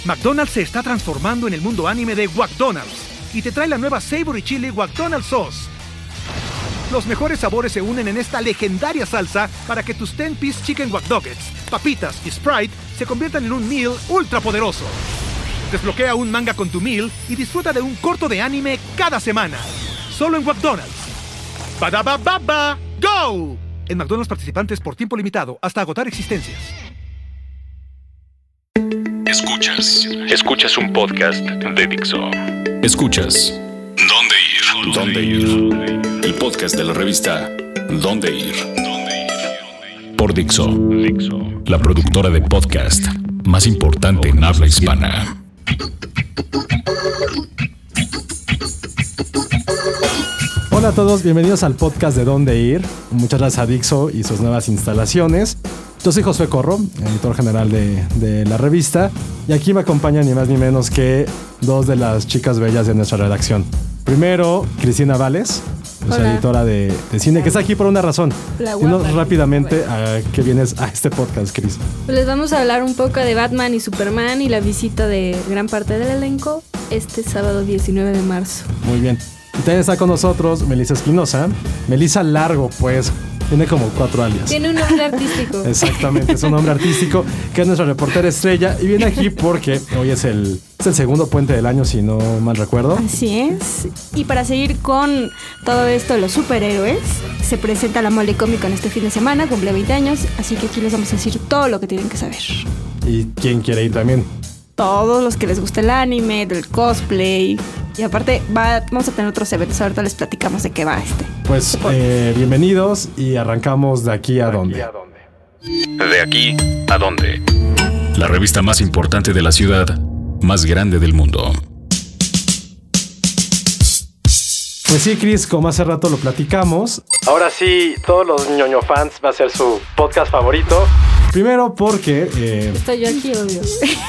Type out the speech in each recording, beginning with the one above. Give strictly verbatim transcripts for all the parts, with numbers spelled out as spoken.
McDonald's se está transformando en el mundo anime de WackDonald's y te trae la nueva Savory Chili WackDonald's Sauce. Los mejores sabores se unen en esta legendaria salsa para que tus ten-piece chicken wack nuggets, papitas y Sprite se conviertan en un meal ultra poderoso. Desbloquea un manga con tu meal y disfruta de un corto de anime cada semana. Solo en WackDonald's. ¡Badabababa! ¡Go! En McDonald's participantes por tiempo limitado hasta agotar existencias. Escuchas. Escuchas un podcast de Dixo. Escuchas ¿Dónde ir? ¿Dónde ir? El podcast de la revista ¿Dónde ir? Por Dixo, la productora de podcast más importante en habla hispana. Hola a todos, bienvenidos al podcast de Dónde ir. Muchas gracias a Dixo y sus nuevas instalaciones. Yo soy Josué Corro, editor general de, de la revista, y aquí me acompañan ni más ni menos que dos de las chicas bellas de nuestra redacción. Primero, Cristina Vales, nuestra editora de, de cine, que está aquí por una razón. Dinos rápidamente a qué vienes a este podcast, Cris. Pues les vamos a hablar un poco de Batman y Superman y la visita de gran parte del elenco este sábado diecinueve de marzo. Muy bien. Y también está con nosotros Melissa Espinosa. Melissa Largo, pues. Tiene como cuatro alias. Tiene un nombre artístico. Exactamente, es un nombre artístico, que es nuestra reportera estrella. Y viene aquí porque hoy es el, es el segundo puente del año, si no mal recuerdo. Así es. Y para seguir con todo esto de los superhéroes, se presenta la Mole Comic Con este fin de semana, cumple veinte años. Así que aquí les vamos a decir todo lo que tienen que saber. ¿Y quién quiere ir también? Todos los que les gusta el anime, del cosplay. Y aparte va, vamos a tener otros eventos. Ahorita les platicamos de qué va este. Pues eh, bienvenidos y arrancamos de aquí a dónde. De aquí a dónde. La revista más importante de la ciudad, más grande del mundo. Pues sí, Chris, como hace rato lo platicamos. Ahora sí, todos los ñoño fans va a ser su podcast favorito. Primero porque... Eh, Estoy yo aquí, obvio.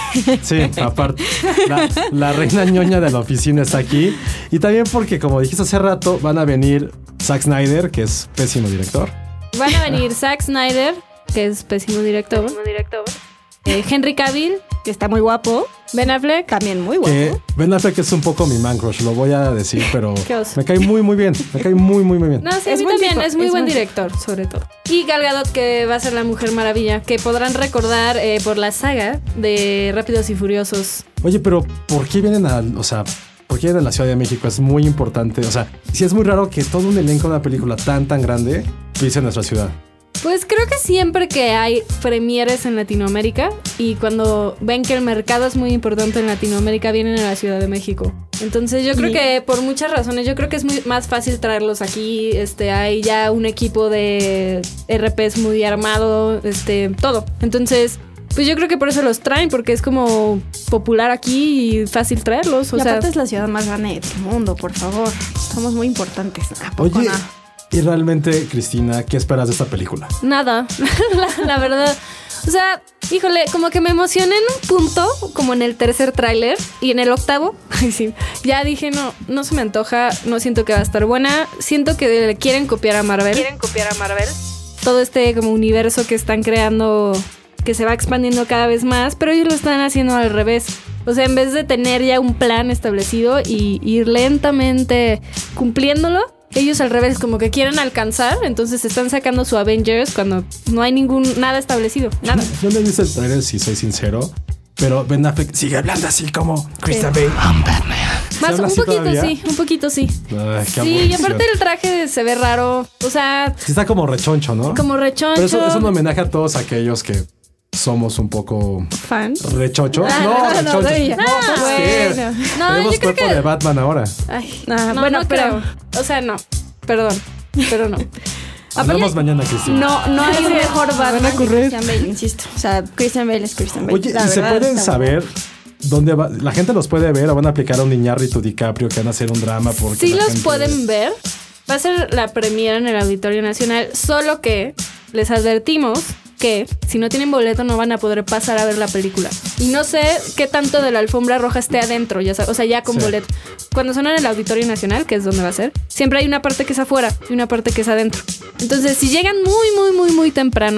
Sí, aparte. La, la reina ñoña de la oficina está aquí. Y también porque, como dijiste hace rato, van a venir Zack Snyder, que es pésimo director. Van a venir Zack Snyder, que es pésimo director. Pésimo director. Eh, Henry Cavill, que está muy guapo. Ben Affleck, también muy guapo. Que Ben Affleck es un poco mi man crush, lo voy a decir, pero me cae muy, muy bien. Me cae muy, muy, muy bien. No, sí, a mí también. Tipo, es muy es buen director, tipo. Sobre todo. Y Gal Gadot, que va a ser la Mujer Maravilla, que podrán recordar eh, por la saga de Rápidos y Furiosos. Oye, pero ¿por qué vienen a... O sea... ¿Por qué vienen a la Ciudad de México? Es muy importante. O sea, sí es muy raro que todo un elenco de una película tan, tan grande pise en nuestra ciudad. Pues creo que siempre que hay premieres en Latinoamérica y cuando ven que el mercado es muy importante en Latinoamérica, vienen a la Ciudad de México. Entonces yo creo sí. que por muchas razones, yo creo que es muy más fácil traerlos aquí. Este, hay ya un equipo de R Ps muy armado, este, todo. Entonces, pues yo creo que por eso los traen, porque es como popular aquí y fácil traerlos. O y sea, aparte es la ciudad más grande del mundo, por favor. Somos muy importantes. ¿A poco Oye, nada? Y realmente, Cristina, ¿qué esperas de esta película? Nada, la, la verdad. O sea, híjole, como que me emocioné en un punto, como en el tercer tráiler y en el octavo. Ay, sí. Ya dije, no, no se me antoja, no siento que va a estar buena. Siento que le quieren copiar a Marvel. Quieren copiar a Marvel. Todo este como universo que están creando, que se va expandiendo cada vez más, pero ellos lo están haciendo al revés. O sea, en vez de tener ya un plan establecido y ir lentamente cumpliéndolo, ellos al revés, como que quieren alcanzar, entonces están sacando su Avengers cuando no hay ningún nada establecido, nada. Yo no he visto el trailer, si soy sincero, pero Ben Affleck sigue hablando así como Christian Bale. I'm Batman. Más, un poquito todavía? sí, un poquito sí. Ay, sí, y aparte el traje se ve raro, o sea... Sí está como rechoncho, ¿no? Como rechoncho. Pero eso es un homenaje a todos aquellos que... somos un poco... ¿Fan? ¿Rechochos? Ah, no, no, rechochos. No, no, no, bueno. no Tenemos yo creo cuerpo que... de Batman ahora. Ay, no, no, bueno, no creo. O sea, no. Perdón, pero no. Hablamos mañana, Cristina. No, no hay un mejor Batman Van a correr. que Christian Bale, insisto. O sea, Christian Bale es Christian Bale. Oye, ¿y se pueden saber dónde va? ¿La gente los puede ver o van a aplicar a un Iñárritu DiCaprio que van a hacer un drama? Porque sí los gente... pueden ver. Va a ser la premiere en el Auditorio Nacional, solo que les advertimos que si no tienen boleto no van a poder pasar a ver la película. Y no sé qué tanto de la alfombra roja esté adentro, ya sabes, o sea, ya con sí. boleto. Cuando son en el Auditorio Nacional, que es donde va a ser, siempre hay una parte que es afuera y una parte que es adentro. Entonces, si llegan muy, muy, muy, muy temprano,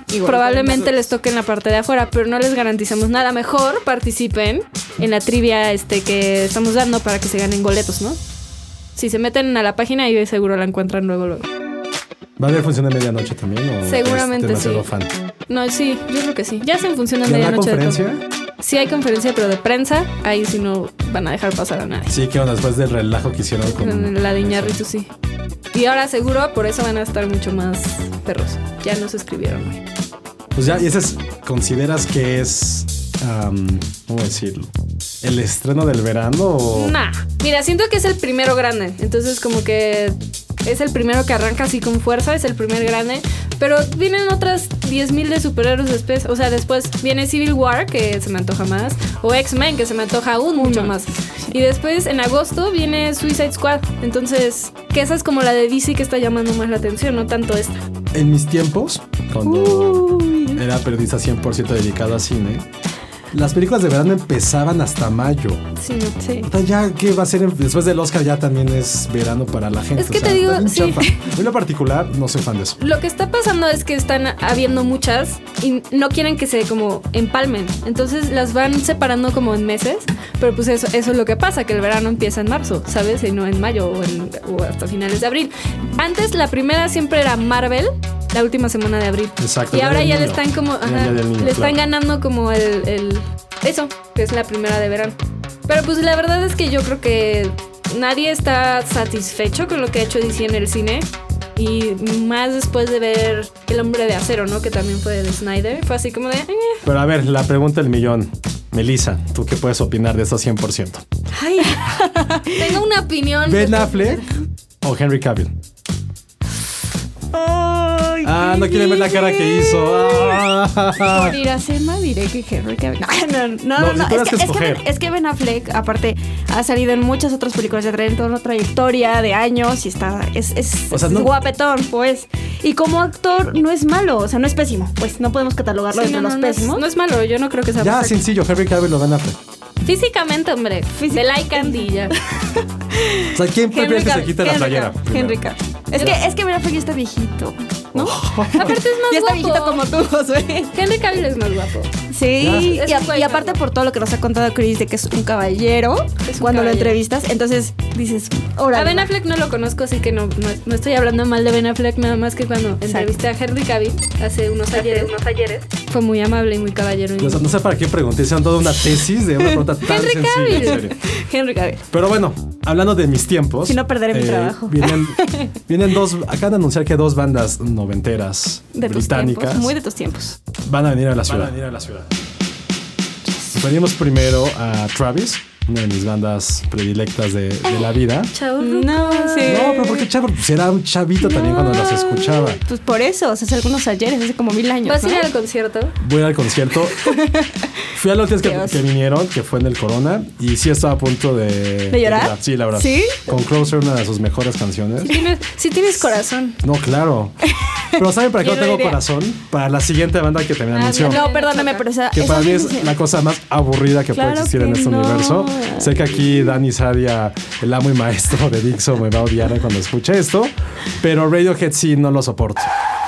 Igual probablemente les toque en la parte de afuera, pero no les garantizamos nada. Mejor participen en la trivia este que estamos dando para que se ganen boletos, ¿no? Si se meten a la página y seguro la encuentran luego, luego. ¿Va a haber función de medianoche también? ¿O seguramente es sí. Fan? No, sí, yo creo que sí. Ya hacen función de ¿Y habrá medianoche. conferencia? Sí hay conferencia, pero de prensa, ahí sí no van a dejar pasar a nadie. Sí, que después del relajo que hicieron con... La de Iñárritu, sí. Y ahora seguro por eso van a estar mucho más perros. Ya nos escribieron hoy. Pues ya, ¿y ese es, consideras que es, um, ¿cómo decirlo? ¿El estreno del verano o...? Nah, mira, siento que es el primero grande. Entonces como que es el primero que arranca así con fuerza, es el primer grande. Pero vienen otras diez mil de superhéroes después. O sea, después viene Civil War, que se me antoja más. O X-Men, que se me antoja aún mucho más. Y después, en agosto, viene Suicide Squad. Entonces, que esa es como la de D C que está llamando más la atención, no tanto esta. En mis tiempos, cuando Uy. era periodista cien por ciento dedicado a cine, las películas de verano empezaban hasta mayo. Sí, sí. O sea, ya que va a ser después del Oscar ya también es verano para la gente. Es que o sea, te digo, sí. En lo particular no soy fan de eso. Lo que está pasando es que están habiendo muchas y no quieren que se como empalmen. Entonces las van separando como en meses. Pero pues eso, eso es lo que pasa, que el verano empieza en marzo, ¿sabes? Y no en mayo o, en, o hasta finales de abril. Antes la primera siempre era Marvel, la última semana de abril. Exacto. Y ahora ya niño. le están como, ajá, niño, le están claro. ganando como el, el, eso, que es la primera de verano. Pero pues la verdad es que yo creo que nadie está satisfecho con lo que ha hecho D C en el cine. Y más después de ver El Hombre de Acero, ¿no? Que también fue de Snyder. Fue así como de... Eh. Pero a ver, la pregunta del millón. Melissa, ¿tú qué puedes opinar de esto cien por ciento? Ay, tengo una opinión. ¿Ben Affleck o Henry Cavill? Ay, ah, no quieren ver la cara que hizo. Ah. Por Iracema diré que Henry Cavill. No, no, no, no, no, no. Es, que, es, que, es que Ben Affleck, aparte, ha salido en muchas otras películas, ya trae toda una trayectoria de años y está, es, es, o sea, es no, guapetón, pues. Y como actor no es malo, o sea, no es pésimo, pues no podemos catalogarlo sí, entre no, los no, pésimos. No es, no es malo, yo no creo que sea ya, perfecto. sencillo, Henry Cavill o Ben Affleck. Físicamente, hombre, Físic- de like Candy ya. O sea, ¿quién prefieres que se quite la playera? Henry Cavill. Es que, es que Ben Affleck ya está viejito, ¿no? Oh. Aparte es más ya guapo. está viejito como tú, Josué. Henry Cavill es más guapo. Sí, y, es y aparte por todo lo que nos ha contado Chris de que es un caballero es un cuando caballero. lo entrevistas, entonces dices, órale. A Ben Affleck no lo conozco, así que no, no, no estoy hablando mal de Ben Affleck, nada más que cuando Exacto. entrevisté a Henry Cavill hace unos ayeres, unos ayeres, fue muy amable y muy caballero. Y o sea, no sé para qué pregunté, hicieron toda una tesis de una pregunta tan Henry sencilla. Cavill. En serio. Henry Cavill. Pero bueno, hablando de mis tiempos. Si no perderé eh, mi trabajo. Vienen, vienen dos, acaban de anunciar que dos bandas noventeras de británicas. Tus tiempos, muy de tus tiempos. Van a venir a la ciudad. Van a venir a la ciudad. Venimos primero a Travis, una de mis bandas predilectas de, de la vida. Chavo. No, sí. No, pero ¿por qué chavo? Pues era un chavito no. también cuando las escuchaba. Pues por eso, o sea, hace algunos ayeres, hace como mil años. ¿Vas ¿no? a ir al concierto? Voy al concierto. Fui a la última vez que, que vinieron, que fue en el Corona, y sí estaba a punto de... ¿De llorar? De, sí, la verdad. ¿Sí? Con Closer, una de sus mejores canciones. Si tienes, si tienes corazón. No, claro. Pero ¿saben para qué no tengo diría? corazón? Para la siguiente banda que también ah, anunció. No, perdóname, pero esa... Que esa para mí es dice. la cosa más aburrida que claro puede existir que en este no. universo. Sé que aquí Dani Sadia, el amo y maestro de Dixo, me va a odiar cuando escuche esto. Pero Radiohead sí no lo soporto.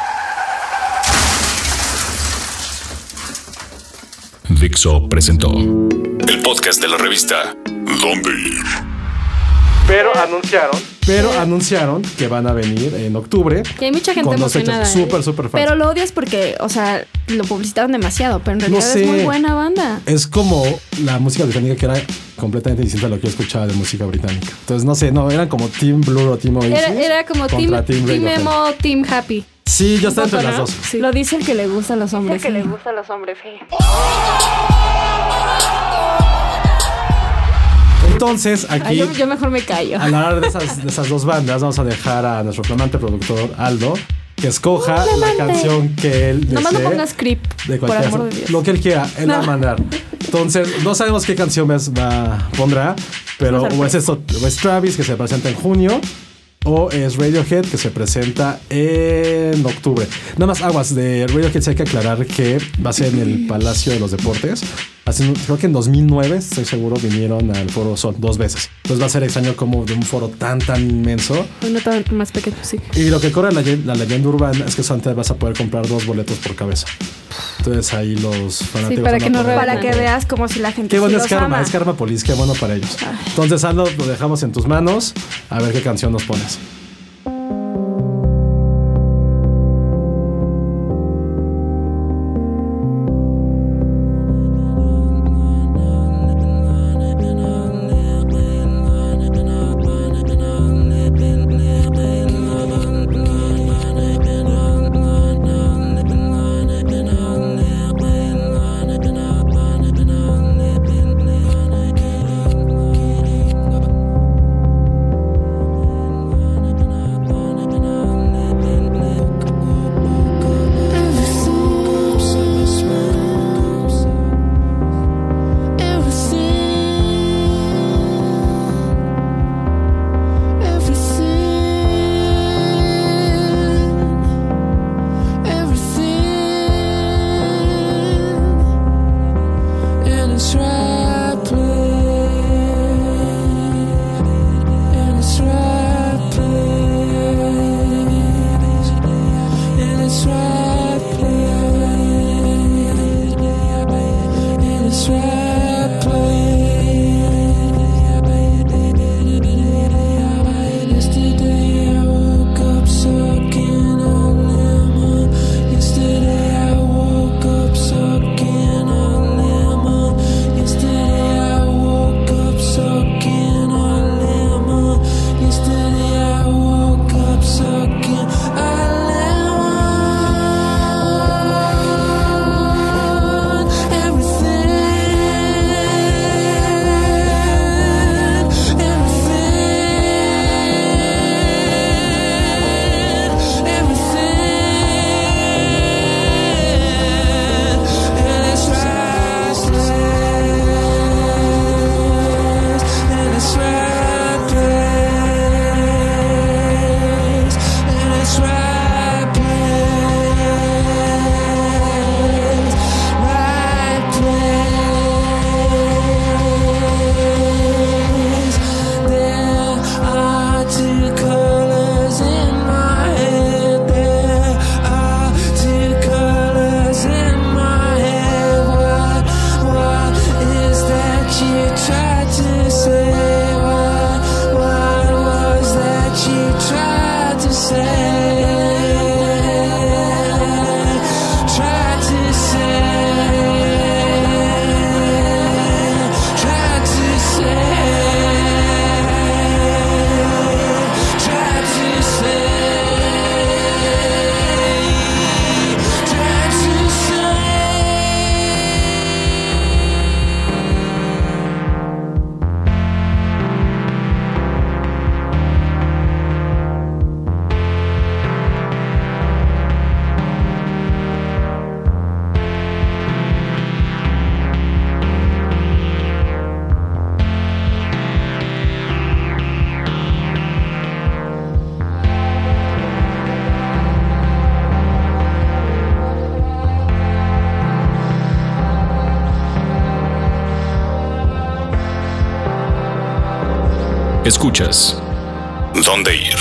Dixo presentó el podcast de la revista Dónde Ir. Pero anunciaron, pero anunciaron que van a venir en octubre. Que hay mucha gente con dos emocionada. fechas súper, súper fans. Pero lo odias porque, o sea, lo publicitaron demasiado, pero en realidad no sé. es muy buena banda. Es como la música británica que era completamente distinta a lo que yo escuchaba de música británica. Entonces, no sé, no, eran como Team Blur o Team Oasis. Era, era como Team, team, team Emo, Team Happy. Sí, yo estaba entre las dos. Sí. Lo dice el que le gusta a los hombres. El que le gusta a los hombres, sí. Entonces, aquí, Ay, yo, yo mejor me callo. Al hablar de esas, de esas dos bandas, vamos a dejar a nuestro flamante productor Aldo que escoja oh, la canción que él desee. Nomás no pongas creep, de por amor de Dios. Lo que él quiera, él no. va a mandar. Entonces, no sabemos qué canción va, pondrá, pero o es, esto, o es Travis, que se presenta en junio, o es Radiohead, que se presenta en octubre. Nada más aguas de Radiohead, hay que aclarar que va a ser en el Palacio de los Deportes. Así, creo que en dos mil nueve, estoy seguro, vinieron al Foro Sol dos veces. Entonces va a ser extraño como de un foro tan, tan inmenso. No tan más pequeño, sí. Y lo que corre la, la leyenda urbana es que solamente vas a poder comprar dos boletos por cabeza. Entonces ahí los fanáticos... Sí, para que, no para que veas como si la gente... Qué bueno sí es Karma, ama. es Karma Police, qué bueno para ellos. Ay. Entonces, Aldo, lo dejamos en tus manos. A ver qué canción nos pones. Escuchas ¿Dónde ir?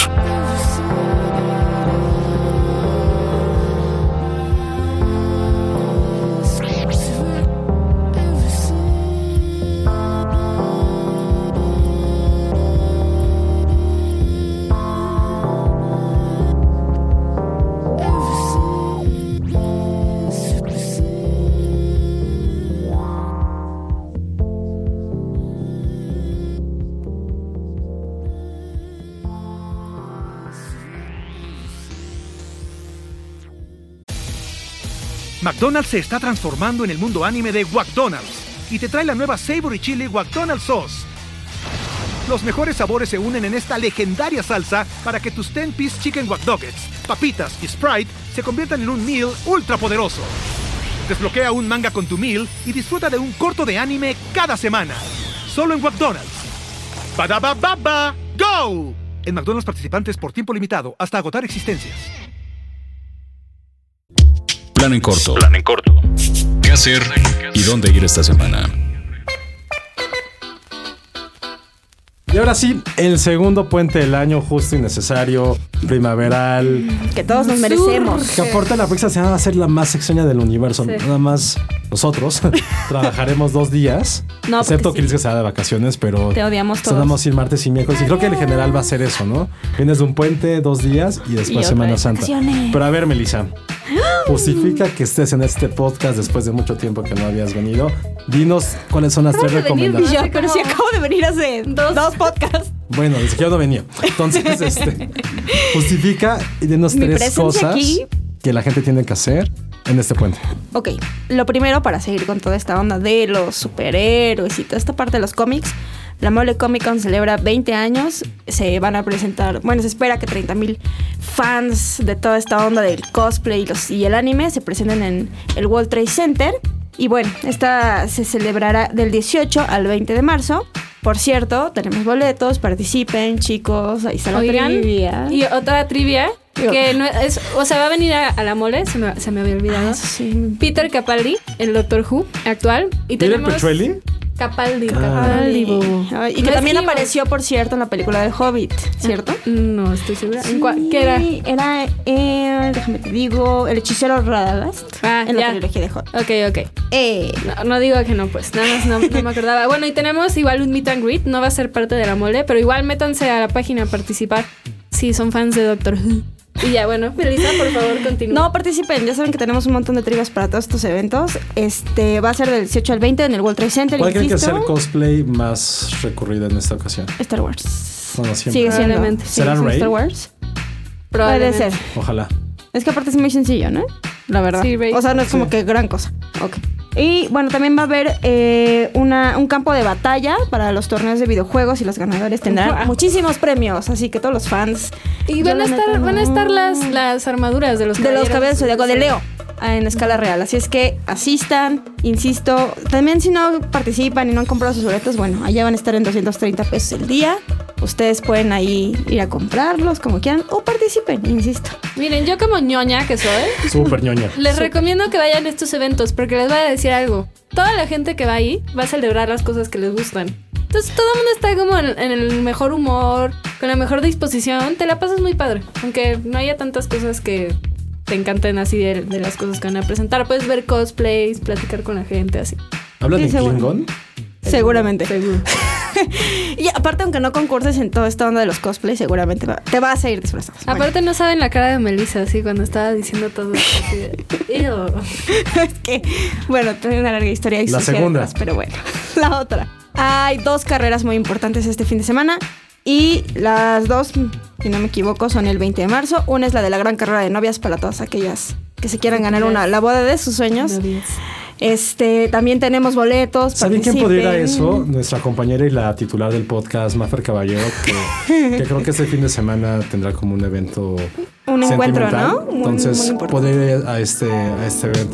McDonald's se está transformando en el mundo anime de McDonald's y te trae la nueva Savory Chili McDonald's Sauce. Los mejores sabores se unen en esta legendaria salsa para que tus ten piece chicken wack nuggets, papitas y Sprite se conviertan en un meal ultra poderoso. Desbloquea un manga con tu meal y disfruta de un corto de anime cada semana. Solo en McDonald's. ¡Badabababa! ¡Go! En McDonald's participantes por tiempo limitado hasta agotar existencias. Plan en corto. Plan en corto. qué hacer y dónde ir esta semana. Y ahora sí, el segundo puente del año, justo y necesario, primaveral. Que todos nos merecemos. Que aporta la próxima semana va a ser la más extraña del universo. Sí. Nada más nosotros trabajaremos dos días. No, excepto porque que sí. que se da de vacaciones, pero Te odiamos todos. vamos a ir martes y miércoles. Y creo que el general va a ser eso, ¿no? Vienes de un puente, dos días y después Y Semana otra Santa. vacaciones. Pero a ver, Melissa, justifica que estés en este podcast después de mucho tiempo que no habías venido. Dinos cuáles son las tres de venir, recomendaciones. Yo, Hace pero como si acabo de venir hace dos- dos, podcasts. Bueno, desde que yo no venía. Entonces, este, justifica y dinos Mi tres presencia cosas aquí. que la gente tiene que hacer en este puente. Ok, lo primero para seguir con toda esta onda de los superhéroes y toda esta parte de los cómics, la Mole Comic Con celebra veinte años. Se van a presentar, bueno, se espera que treinta mil fans de toda esta onda del cosplay y, los, y el anime se presenten en el World Trade Center. Y bueno, esta se celebrará del dieciocho al veinte de marzo. Por cierto, tenemos boletos, participen, chicos, ahí está la Oigan, trivia. y otra trivia que no es, o sea, va a venir a, a la mole, se me, se me había olvidado. Ah, sí. Peter Capaldi, el Doctor Who actual, y ¿Peter tenemos Pechueli? Capaldi, Ah. Capaldi. Ay, y No que es también He-Man. apareció, por cierto, en la película de Hobbit, ¿cierto? No estoy segura. ¿En Sí, cuál? ¿Qué era? Era, eh, déjame te digo, el hechicero Radagast. Ah, en la ya. trilogía de Hobbit. Ok, ok. Eh, No, no digo que no, pues. Nada más no, no me acordaba. Bueno, y tenemos igual un meet and greet. No va a ser parte de la mole, pero igual métanse a la página a participar si son fans de Doctor Who. Y ya, bueno, Melissa, por favor, continúa. no participen, ya saben que tenemos un montón de trivias para todos estos eventos. Este va a ser del dieciocho al veinte en el World Trade Center. ¿Cuál creen que es insisto. el cosplay más recurrido en esta ocasión? Star Wars. Bueno, siempre. Sigue siendo. Probablemente. sigue ¿Será siendo Rey? Star Wars. Puede Probablemente. ser. Ojalá. Es que aparte es muy sencillo, ¿no? La verdad. Sí, Rey. O sea, no es como Sí. que gran cosa. Ok. Y bueno, también va a haber eh, una, un campo de batalla para los torneos de videojuegos y los ganadores tendrán Wow. muchísimos premios. Así que todos los fans. Y Yo van a la estar, neta van a no. estar las, las armaduras de los De los caballeros caballeros. zodiaco de Leo ah, en escala real. Así es que asistan, insisto. También si no participan y no han comprado sus boletos, bueno, allá van a estar en doscientos treinta pesos el día. Ustedes pueden ahí ir a comprarlos como quieran o participen, insisto. Miren, yo como ñoña que soy, Súper ñoña. les recomiendo que vayan a estos eventos porque les voy a decir algo. Toda la gente que va ahí va a celebrar las cosas que les gustan. Entonces todo el mundo está como en, en el mejor humor, con la mejor disposición. Te la pasas muy padre. Aunque no haya tantas cosas que te encanten así de, de las cosas que van a presentar. Puedes ver cosplays, platicar con la gente, así. ¿Hablan Sí, en seguro. Klingon? Seguramente. Seguro. Y aparte, aunque no concurses en toda esta onda de los cosplays, seguramente va- te vas a ir disfrazado. Bueno, Aparte no saben la cara de Melissa, así cuando estaba diciendo todo eso, así de, "Ew". es que, bueno, tiene una larga historia y La sucia segunda. detrás, pero bueno, la otra. Hay dos carreras muy importantes este fin de semana y las dos, si no me equivoco, son el veinte de marzo. Una es la de la gran carrera de novias para todas aquellas que se quieran ganar una, la boda de sus sueños. Novias. Este, también tenemos boletos. ¿Saben quién podría ir a participen. eso? Nuestra compañera y la titular del podcast, Mafer Caballero, que, que creo que este fin de semana tendrá como un evento Un encuentro, sentimental. ¿no? Muy, Entonces, muy importante. podría ir a este, a este evento.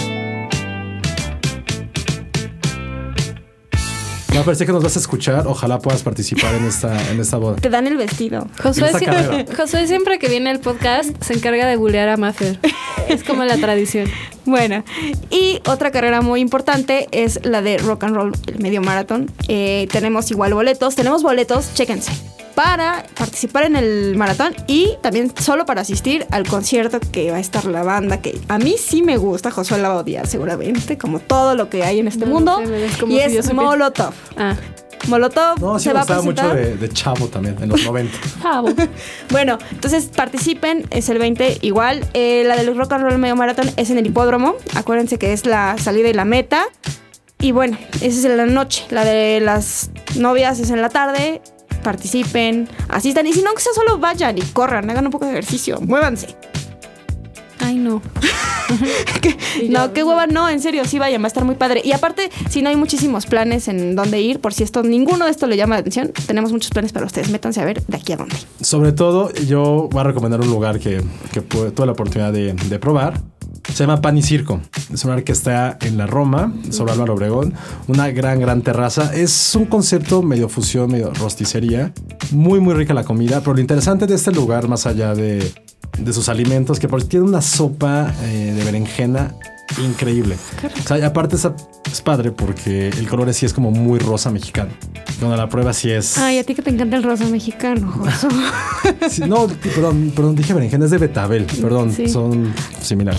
Mafer, sé que nos vas a escuchar. Ojalá puedas participar en esta, en esta boda. Te dan el vestido. Josué, Esa siempre, carrera. Josué siempre que viene al podcast se encarga de bulear a Maffer. Es como la tradición. Bueno, y otra carrera muy importante es la de Rock and Roll, el medio maratón. Eh, tenemos igual boletos, tenemos boletos, chéquense, para participar en el maratón y también solo para asistir al concierto que va a estar la banda, que a mí sí me gusta, Josué la va a odiar seguramente, como todo lo que hay en este No, mundo, no sé, me ves como y si yo es supiera. Molotov. Ah, Molotov No, sí se me va a gustaba mucho presentar. de, de Chavo también, en los noventa. chavo. Bueno, entonces participen, es el veinte igual. Eh, la del Rock and Roll Medio Maratón es en el hipódromo. Acuérdense que es la salida y la meta. Y bueno, esa es en la noche. La de las novias es en la tarde. Participen, asistan. Y si no, que sea solo vayan y corran, hagan un poco de ejercicio, muévanse. Ay, no. Y No, yo- qué hueva, no, en serio, sí vayan, va a estar muy padre. Y aparte, si no hay muchísimos planes en dónde ir, por si esto, ninguno de esto le llama la atención, tenemos muchos planes para ustedes. Métanse a ver de aquí a dónde. Sobre todo, yo voy a recomendar un lugar que, que pude- tuve la oportunidad de, de probar. Se llama Pan y Circo. Es un lugar que está en la Roma, sobre Álvaro Obregón. Una gran, gran terraza. Es un concepto medio fusión, medio rosticería. Muy, muy rica la comida. Pero lo interesante de este lugar, más allá de, de sus alimentos, que por tiene una sopa eh, de berenjena increíble. O sea, y aparte es, es padre porque el color sí es como muy rosa mexicano. Cuando la prueba sí es... Ay, a ti que te encanta el rosa mexicano, Josu. Sí, no, perdón, perdón, dije berenjena, es de betabel. Perdón, sí. Son similares.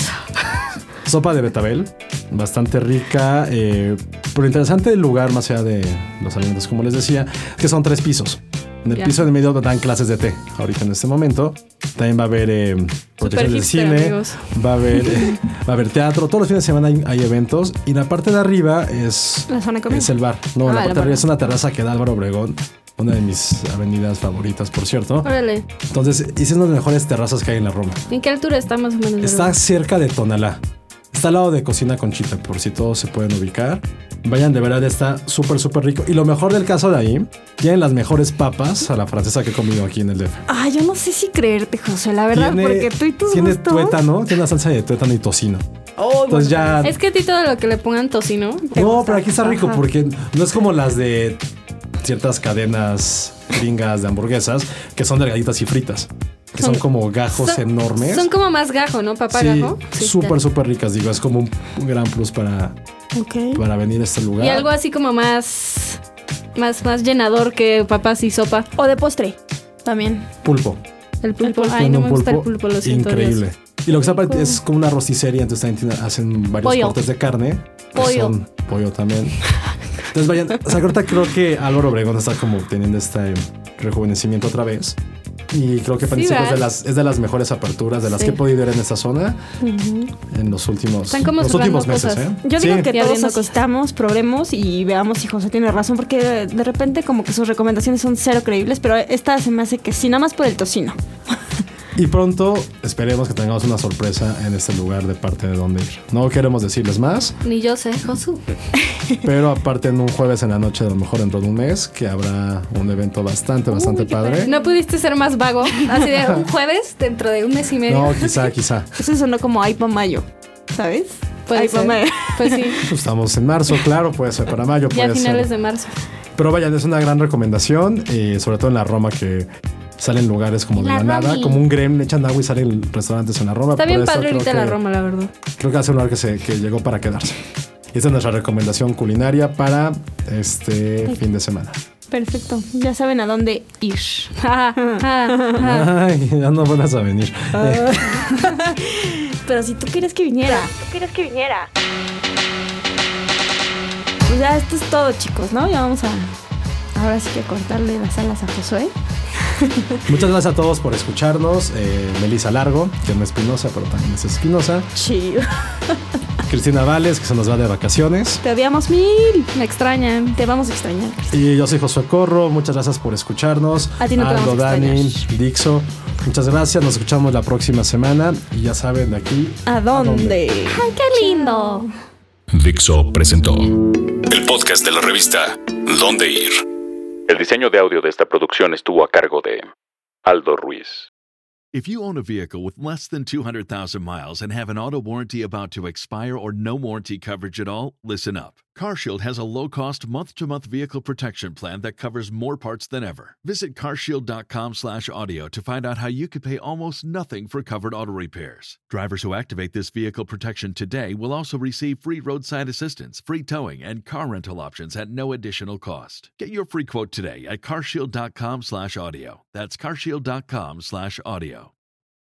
Sopa de betabel, bastante rica. Eh, pero interesante el lugar, más allá de los alimentos, como les decía, que son tres pisos. En el yeah. piso de medio dan clases de té. Ahorita en este momento también va a haber eh, proyecciones de cine, amigos. va a haber eh, va a haber teatro. Todos los fines de semana hay, hay eventos y la parte de arriba es la zona de es el bar. No, ah, la parte de arriba es una terraza que da Álvaro Obregón, una de mis avenidas favoritas, por cierto. Órale. Entonces, es una de las mejores terrazas que hay en la Roma. ¿En qué altura está más o menos? Está cerca de Tonalá. Está al lado de Cocina Conchita, por si todos se pueden ubicar. Vayan, de verdad está súper, súper rico. Y lo mejor del caso de ahí, tienen las mejores papas a la francesa que he comido aquí en el D F. Ah, yo no sé si creerte, José, la verdad, tiene, porque tú y tus Tiene gustos... tuétano, tiene una salsa de tuétano y tocino. Oh, Entonces ya... Es que a ti todo lo que le pongan tocino. No, pero aquí está rico. Ajá. Porque no es como las de ciertas cadenas gringas de hamburguesas que son delgaditas y fritas. Que son, son como gajos son, enormes. Son como más gajo, ¿no? Papá sí, gajo. Sí, súper, súper ricas. Digo, es como un, un gran plus para, okay. para venir a este lugar. Y algo así como más, más, más llenador que papas y sopa. O de postre también. Pulpo. El pulpo. El Ay, no me pulpo gusta el pulpo, lo siento. Increíble. Dios. Y lo que está es como una rosticería, entonces también hacen varios pollo. cortes de carne. Pollo. Son pollo también. Entonces vayan, o sea, ahorita creo que Álvaro Obregón está como teniendo este rejuvenecimiento otra vez. Y creo que sí, es, de las, es de las mejores aperturas de las sí. que he podido ir en esta zona uh-huh. en los últimos, los últimos meses. ¿eh? Yo digo sí. que todos asistamos, probemos y veamos si José tiene razón, porque de repente como que sus recomendaciones son cero creíbles, pero esta se me hace que sí, nada más por el tocino. Y pronto esperemos que tengamos una sorpresa en este lugar de parte de Donde Ir. No queremos decirles más. Ni yo sé, Josu. Pero aparte en un jueves en la noche, a lo mejor dentro de un mes, que habrá un evento bastante, bastante Uy, padre. ¿No pudiste ser más vago? Así de un jueves dentro de un mes y medio. No, quizá, quizá. Eso sonó como Ay pa' mayo, ¿sabes? Puede ser. Mayo. Pues sí. Estamos en marzo, claro, puede ser para mayo, puede ya ser. Ya finales de marzo. Pero vayan, es una gran recomendación, eh, sobre todo en la Roma, que salen lugares como de la, la nada, como un grem, le echan agua y salen restaurantes en la Roma. Está bien padre ahorita la Roma, la verdad. Creo que va a ser un lugar que, se, que llegó para quedarse. Y esta es nuestra recomendación culinaria para este Ay. fin de semana. Perfecto, ya saben a dónde ir. Ay, ya no van a venir. Uh. Pero si tú quieres que viniera, tú quieres que viniera. Pues ya esto es todo, chicos, ¿no? Ya vamos a ahora sí que cortarle las alas a Josué. Muchas gracias a todos por escucharnos. Eh, Melissa Largo, que no es Espinosa, pero también es Espinosa. Chido. Cristina Vales, que se nos va de vacaciones. Te odiamos mil. Me extrañan. Te vamos a extrañar, Cristina. Y yo soy Josué Corro. Muchas gracias por escucharnos. A ti no te Aldo, vamos a Dani, Dixo. Muchas gracias. Nos escuchamos la próxima semana. Y ya saben, de aquí. ¿A dónde? ¿A dónde? ¡Ay, qué lindo! Dixo presentó el podcast de la revista Dónde Ir. El diseño de audio de esta producción estuvo a cargo de Aldo Ruiz. If you own a vehicle with less than two hundred thousand miles and have an auto warranty about to expire or no warranty coverage at all, listen up. CarShield has a low-cost month-to-month vehicle protection plan that covers more parts than ever. Visit carshield.com slash audio to find out how you could pay almost nothing for covered auto repairs. Drivers who activate this vehicle protection today will also receive free roadside assistance, free towing, and car rental options at no additional cost. Get your free quote today at carshield.com slash audio. That's carshield.com slash audio.